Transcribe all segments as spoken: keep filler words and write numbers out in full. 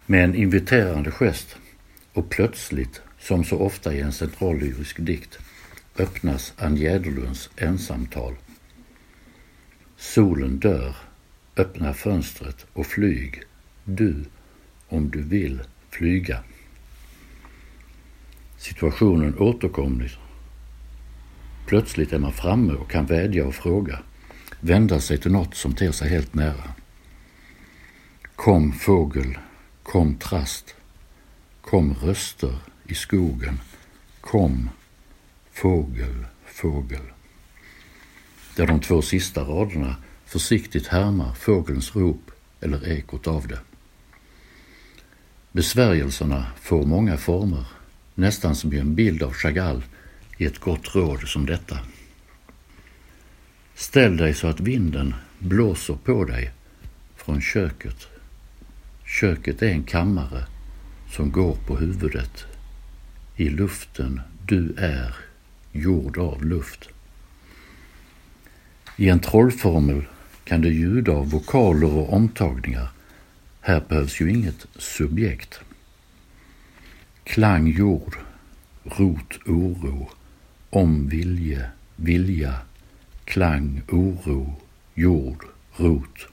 Med en inviterande gest och plötsligt, som så ofta i en centrallyrisk dikt, öppnas Ann Jäderlunds ensamtal. Solen dör, öppna fönstret och flyg, du, om du vill flyga. Situationen återkomligt. Plötsligt är man framme och kan vädja och fråga, vända sig till något som ter sig helt nära. Kom fågel, kom trast, kom röster i skogen, kom fågel, fågel. Där de två sista raderna försiktigt härmar fågelns rop eller ekot av det. Besvärjelserna får många former, nästan som i en bild av Chagall i ett gott råd som detta. Ställ dig så att vinden blåser på dig från köket. Köket är en kammare som går på huvudet. I luften du är, gjord av luft. I en trollformel kan det ljuda av vokaler och omtagningar. Här behövs ju inget subjekt. Klang jord, rot oro, om vilje, vilja, klang oro, jord, rot.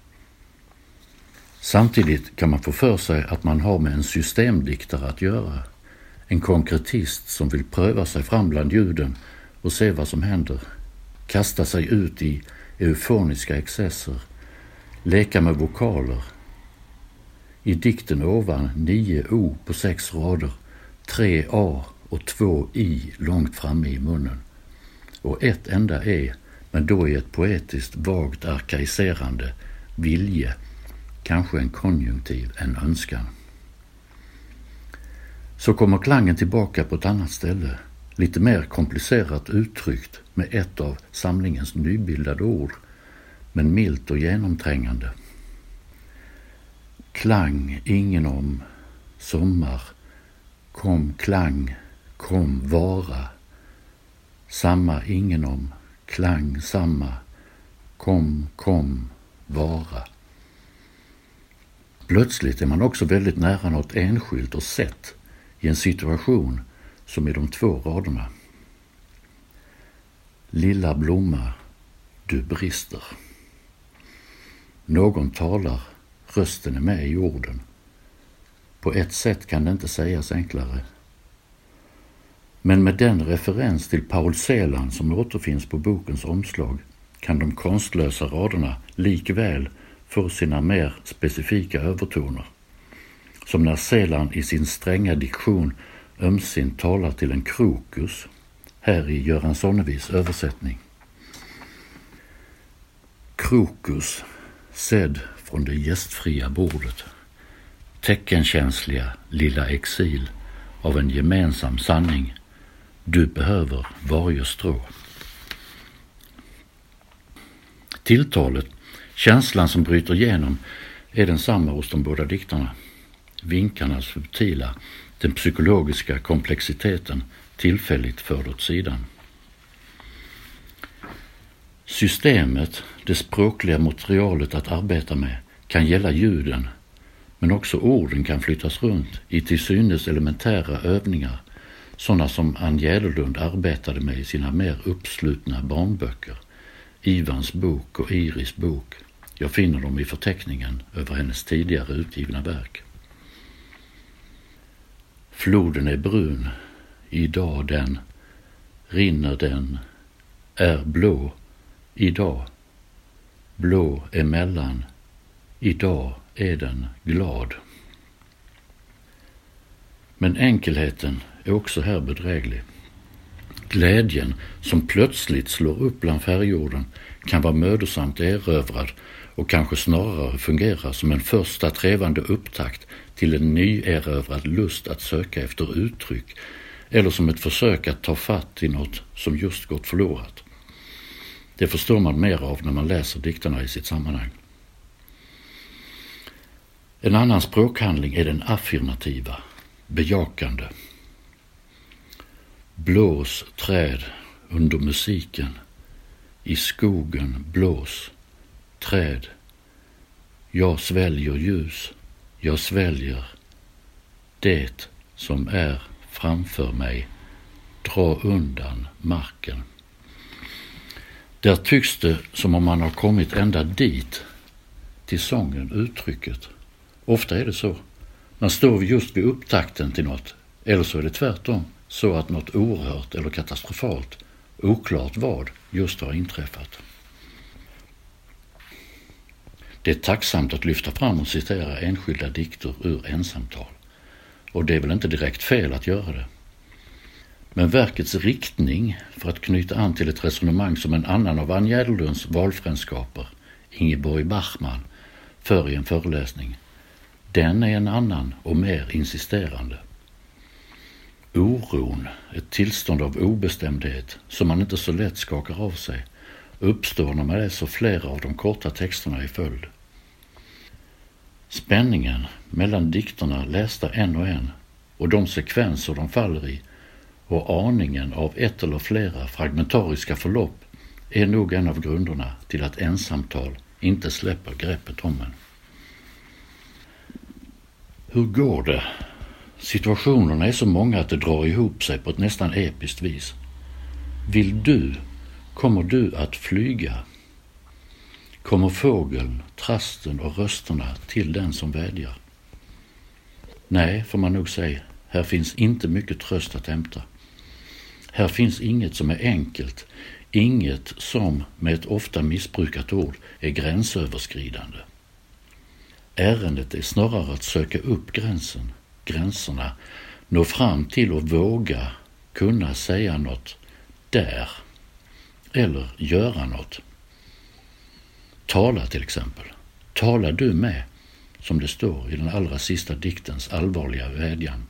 Samtidigt kan man få för sig att man har med en systemdiktare att göra. En konkretist som vill pröva sig fram bland ljuden och se vad som händer. Kasta sig ut i eufoniska excesser. Leka med vokaler. I dikten ovan nio O på sex rader. Tre A och två I långt framme i munnen. Och ett enda E, men då i ett poetiskt vagt arkaiserande vilje. Kanske en konjunktiv, en önskan. Så kommer klangen tillbaka på ett annat ställe, lite mer komplicerat uttryckt med ett av samlingens nybildade ord, men milt och genomträngande. Klang ingen om, sommar, kom klang, kom vara, samma ingen om, klang samma, kom, kom, vara. Plötsligt är man också väldigt nära något enskilt och sett i en situation som i de två raderna. Lilla blomma, du brister. Någon talar, rösten är med i orden. På ett sätt kan det inte sägas enklare. Men med den referens till Paul Celan som återfinns på bokens omslag kan de konstlösa raderna likväl få sina mer specifika övertoner. Som när Celan i sin stränga diktion ömsint talar till en krokus, här i Göran Sonnevis översättning. Krokus, sedd från det gästfria bordet. Teckenkänsliga lilla exil av en gemensam sanning. Du behöver varje strå. Tilltalet, känslan som bryter igenom, är densamma hos de båda diktarna. Vinkarna subtila, den psykologiska komplexiteten tillfälligt förd åt sidan. Systemet, det språkliga materialet att arbeta med, kan gälla ljuden, men också orden kan flyttas runt i till synes elementära övningar, sådana som Ann Jäderlund arbetade med i sina mer uppslutna barnböcker, Ivans bok och Iris bok. Jag finner dem i förteckningen över hennes tidigare utgivna verk. Floden är brun, idag den, rinner den, är blå, idag, blå emellan, idag är den glad. Men enkelheten är också här bedräglig. Glädjen som plötsligt slår upp bland färgjorden kan vara mödosamt erövrad och kanske snarare fungera som en första trevande upptakt till en nyerövrad lust att söka efter uttryck eller som ett försök att ta fatt i något som just gått förlorat. Det förstår man mer av när man läser dikterna i sitt sammanhang. En annan språkhandling är den affirmativa, bejakande. Blås träd under musiken, i skogen blås träd. Jag sväljer ljus, jag sväljer det som är framför mig, dra undan marken. Där tycks det som om man har kommit ända dit, till sången, uttrycket. Ofta är det så. Man står just vid upptakten till något, eller så är det tvärtom, så att något oerhört eller katastrofalt, oklart vad, just har inträffat. Det är tacksamt att lyfta fram och citera enskilda dikter ur ensamtal. Och det är väl inte direkt fel att göra det. Men verkets riktning, för att knyta an till ett resonemang som en annan av Ann Jäderlunds valfränskaper, Ingeborg Bachmann, för i en föreläsning, den är en annan och mer insisterande. Oron, ett tillstånd av obestämdhet som man inte så lätt skakar av sig, uppstår när man läser flera av de korta texterna i följd. Spänningen mellan dikterna lästa en och en och de sekvenser de faller i och aningen av ett eller flera fragmentariska förlopp är nog en av grunderna till att ensamtal inte släpper greppet om en. Hur går det? Situationerna är så många att det drar ihop sig på ett nästan episkt vis. Vill du, kommer du att flyga? Kommer fågeln, trasten och rösterna till den som vädjar? Nej, får man nog säga, här finns inte mycket tröst att hämta. Här finns inget som är enkelt, inget som med ett ofta missbrukat ord är gränsöverskridande. Ärendet är snarare att söka upp gränsen, gränserna, nå fram till och våga kunna säga något där, eller göra något. Tala till exempel. Talar du med, som det står i den allra sista diktens allvarliga vädjan.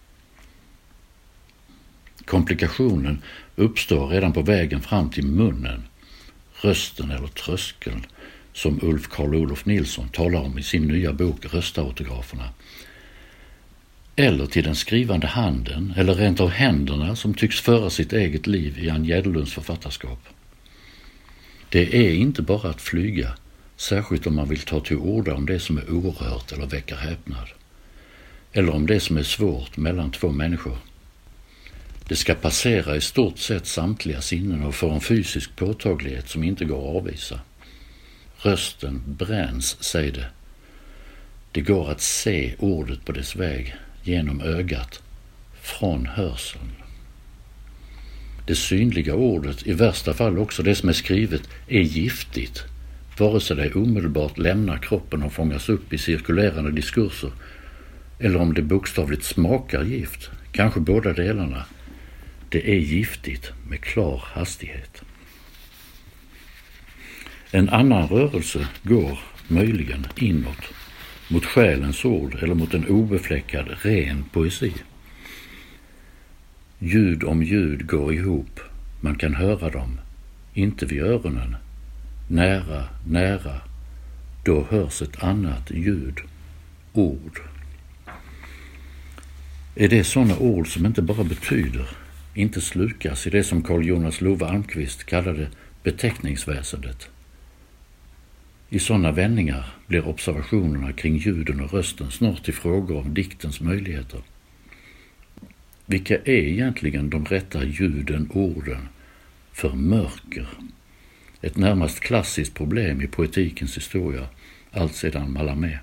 Komplikationen uppstår redan på vägen fram till munnen, rösten eller tröskeln, som Ulf Karl Olof Nilsson talar om i sin nya bok Röstautograferna. Eller till den skrivande handen, eller rent av händerna som tycks föra sitt eget liv i Ann Jäderlunds författarskap. Det är inte bara att flyga, särskilt om man vill ta till orda om det som är orört eller väcker häpnad. Eller om det som är svårt mellan två människor. Det ska passera i stort sett samtliga sinnen och få en fysisk påtaglighet som inte går att avvisa. Rösten bränns, säger det. Det går att se ordet på dess väg genom ögat, från hörseln. Det synliga ordet, i värsta fall också det som är skrivet, är giftigt, vare sig det omedelbart lämnar kroppen och fångas upp i cirkulerande diskurser, eller om det bokstavligt smakar gift, kanske båda delarna. Det är giftigt med klar hastighet. En annan rörelse går möjligen inåt, mot själens ord eller mot en obefläckad, ren poesi. Ljud om ljud går ihop, man kan höra dem, inte vid öronen. Nära, nära, då hörs ett annat ljud, ord. Är det sådana ord som inte bara betyder, inte slukas i det som Carl Jonas Love Almqvist kallade beteckningsväsendet? I sådana vändningar blir observationerna kring ljuden och rösten snart till frågor om diktens möjligheter. Vilka är egentligen de rätta ljuden, orden, för mörker? Ett närmast klassiskt problem i poetikens historia, allt sedan Mallarmé.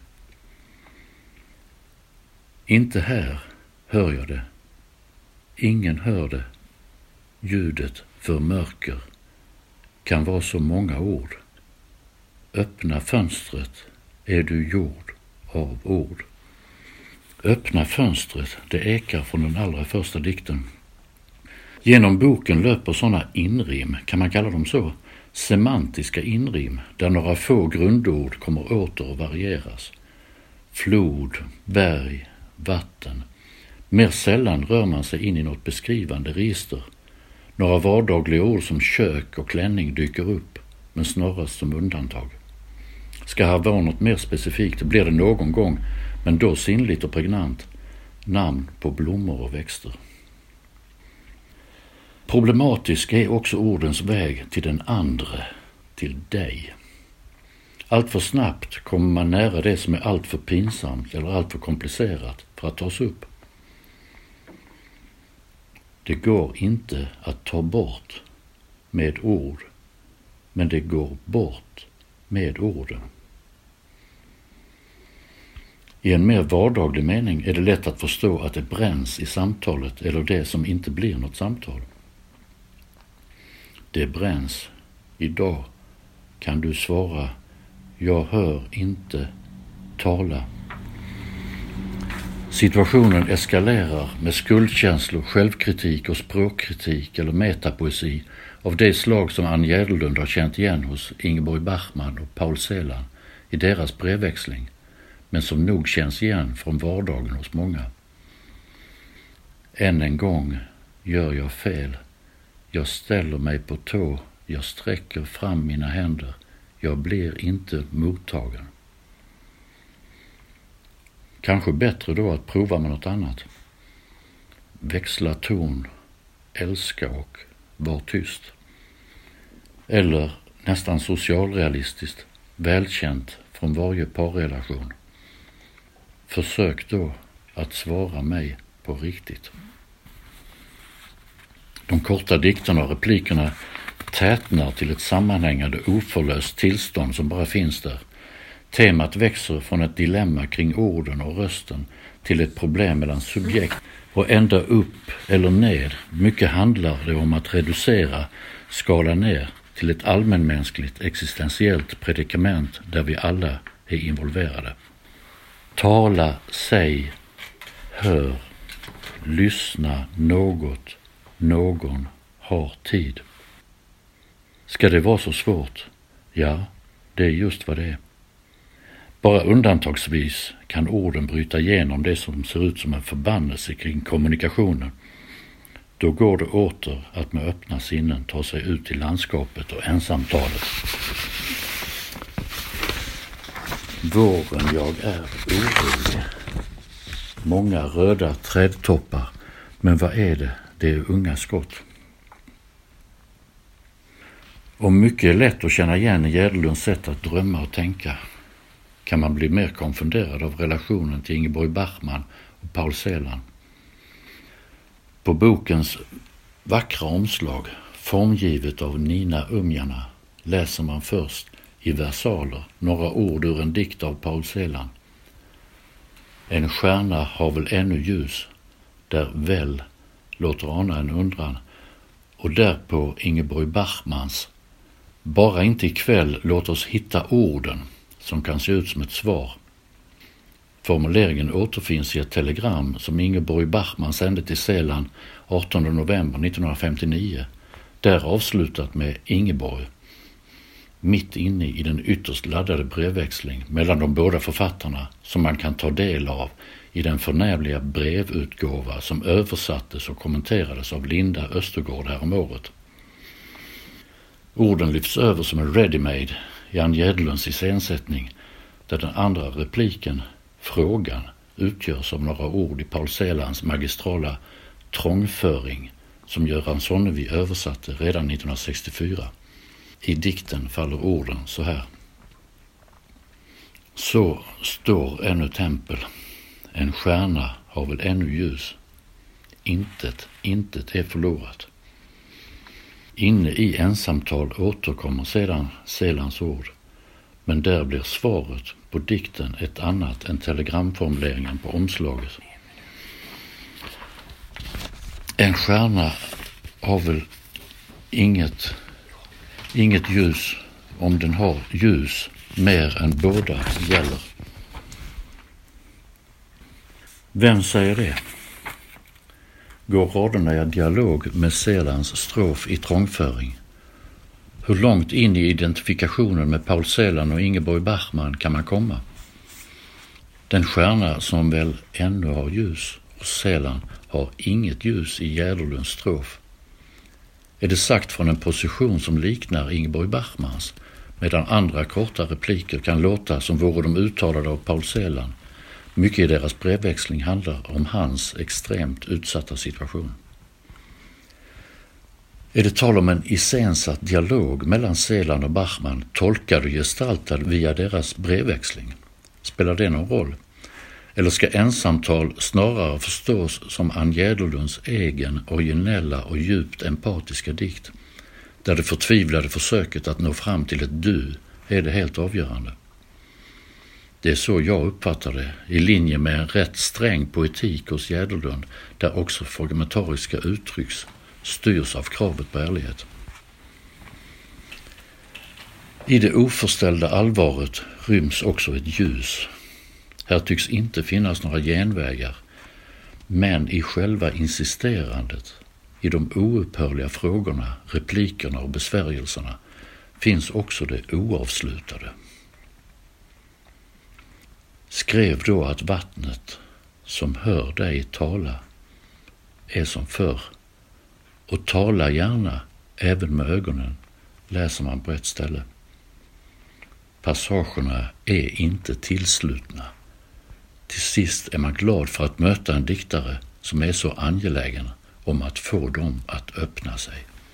Inte här hör jag det. Ingen hör det. Ljudet för mörker kan vara så många ord. Öppna fönstret är du gjord av ord. Öppna fönstret, det ekar från den allra första dikten. Genom boken löper sådana inrim, kan man kalla dem så, semantiska inrim, där några få grundord kommer åter och varieras. Flod, berg, vatten. Mer sällan rör man sig in i något beskrivande register. Några vardagliga ord som kök och klänning dyker upp, men snarast som undantag. Ska här vara något mer specifikt blir det någon gång, men då sinnligt och pregnant, namn på blommor och växter. Problematisk är också ordens väg till den andre, till dig. Allt för snabbt kommer man nära det som är allt för pinsamt eller allt för komplicerat för att tas upp. Det går inte att ta bort med ord, men det går bort med orden. I en mer vardaglig mening är det lätt att förstå att det bränns i samtalet eller det som inte blir något samtal. Det bränns. Idag kan du svara: jag hör inte tala. Situationen eskalerar med skuldkänslor, självkritik och språkkritik eller metapoesi av det slag som Ann Jäderlund har känt igen hos Ingeborg Bachmann och Paul Celan i deras brevväxling, men som nog känns igen från vardagen hos många. Än en gång gör jag fel. Jag ställer mig på tå, jag sträcker fram mina händer. Jag blir inte mottagen. Kanske bättre då att prova med något annat. Växla ton, älska och var tyst. Eller nästan socialrealistiskt, välkänt från varje parrelation. Försök då att svara mig på riktigt. De korta dikterna och replikerna tätnar till ett sammanhängande oförlöst tillstånd som bara finns där. Temat växer från ett dilemma kring orden och rösten till ett problem mellan subjekt och ända upp eller ner. Mycket handlar det om att reducera, skala ner till ett allmänmänskligt existentiellt predikament där vi alla är involverade. Tala, säg, hör, lyssna något, någon har tid. Ska det vara så svårt? Ja, det är just vad det är. Bara undantagsvis kan orden bryta igenom det som ser ut som en förbannelse kring kommunikationen. Då går det åter att med öppna sinnen ta sig ut i landskapet och ensamtalet. Våren jag är orolig. Många röda trädtoppar, men vad är det? Det är unga skott. Och mycket är lätt att känna igen i Jäderlunds sätt att drömma och tänka. Kan man bli mer konfunderad av relationen till Ingeborg Bachmann och Paul Celan. På bokens vackra omslag, formgivet av Nina Umjana, läser man först i versaler några ord ur en dikt av Paul Celan. En stjärna har väl ännu ljus, där väl låter ana en undran, och därpå Ingeborg Bachmanns: bara inte ikväll, låt oss hitta orden, som kan se ut som ett svar. Formuleringen återfinns i ett telegram som Ingeborg Bachmann sände till Celan artonde november nittonhundrafemtionio, där avslutat med Ingeborg, mitt inne i den ytterst laddade brevväxling mellan de båda författarna som man kan ta del av i den förnämliga brevutgåva som översattes och kommenterades av Linda Östergård häromåret. Orden lyfts över som en ready-made i Ann Jäderlunds iscensättning, där den andra repliken, frågan, utgörs av några ord i Paul Celans magistrala trångföring som Göran Sonnevi översatte redan nittonhundrasextiofyra. I dikten faller orden så här. Så står ännu tempel. En stjärna har väl ännu ljus. Intet, intet är förlorat. Inne i ensamtal återkommer sedan Celans ord, men där blir svaret på dikten ett annat än telegramformuleringen på omslaget. En stjärna har väl inget, inget ljus om den har ljus mer än båda gäller. Vem säger det? Går raderna i dialog med Celans strof i trångföring? Hur långt in i identifikationen med Paul Celan och Ingeborg Bachmann kan man komma? Den stjärna som väl ännu har ljus och Celan har inget ljus i Jäderlunds strof. Är det sagt från en position som liknar Ingeborg Bachmanns, medan andra korta repliker kan låta som vore de uttalade av Paul Celan. Mycket i deras brevväxling handlar om hans extremt utsatta situation. Är det tal om en iscensatt dialog mellan Celan och Bachmann, tolkad och gestaltad via deras brevväxling? Spelar det någon roll? Eller ska ensamtal snarare förstås som Ann Jäderlunds egen originella och djupt empatiska dikt, där det förtvivlade försöket att nå fram till ett du är det helt avgörande? Det är så jag uppfattar det, i linje med en rätt sträng poetik hos Jäderlund, där också fragmentariska uttrycks styrs av kravet på ärlighet. I det oförställda allvaret ryms också ett ljus. Här tycks inte finnas några genvägar, men i själva insisterandet, i de oupphörliga frågorna, replikerna och besvärjelserna, finns också det oavslutade. Skrev då att vattnet som hör dig tala är som förr, och tala gärna även med ögonen, läser man på ett ställe. Passagerna är inte tillslutna. Till sist är man glad för att möta en diktare som är så angelägen om att få dem att öppna sig.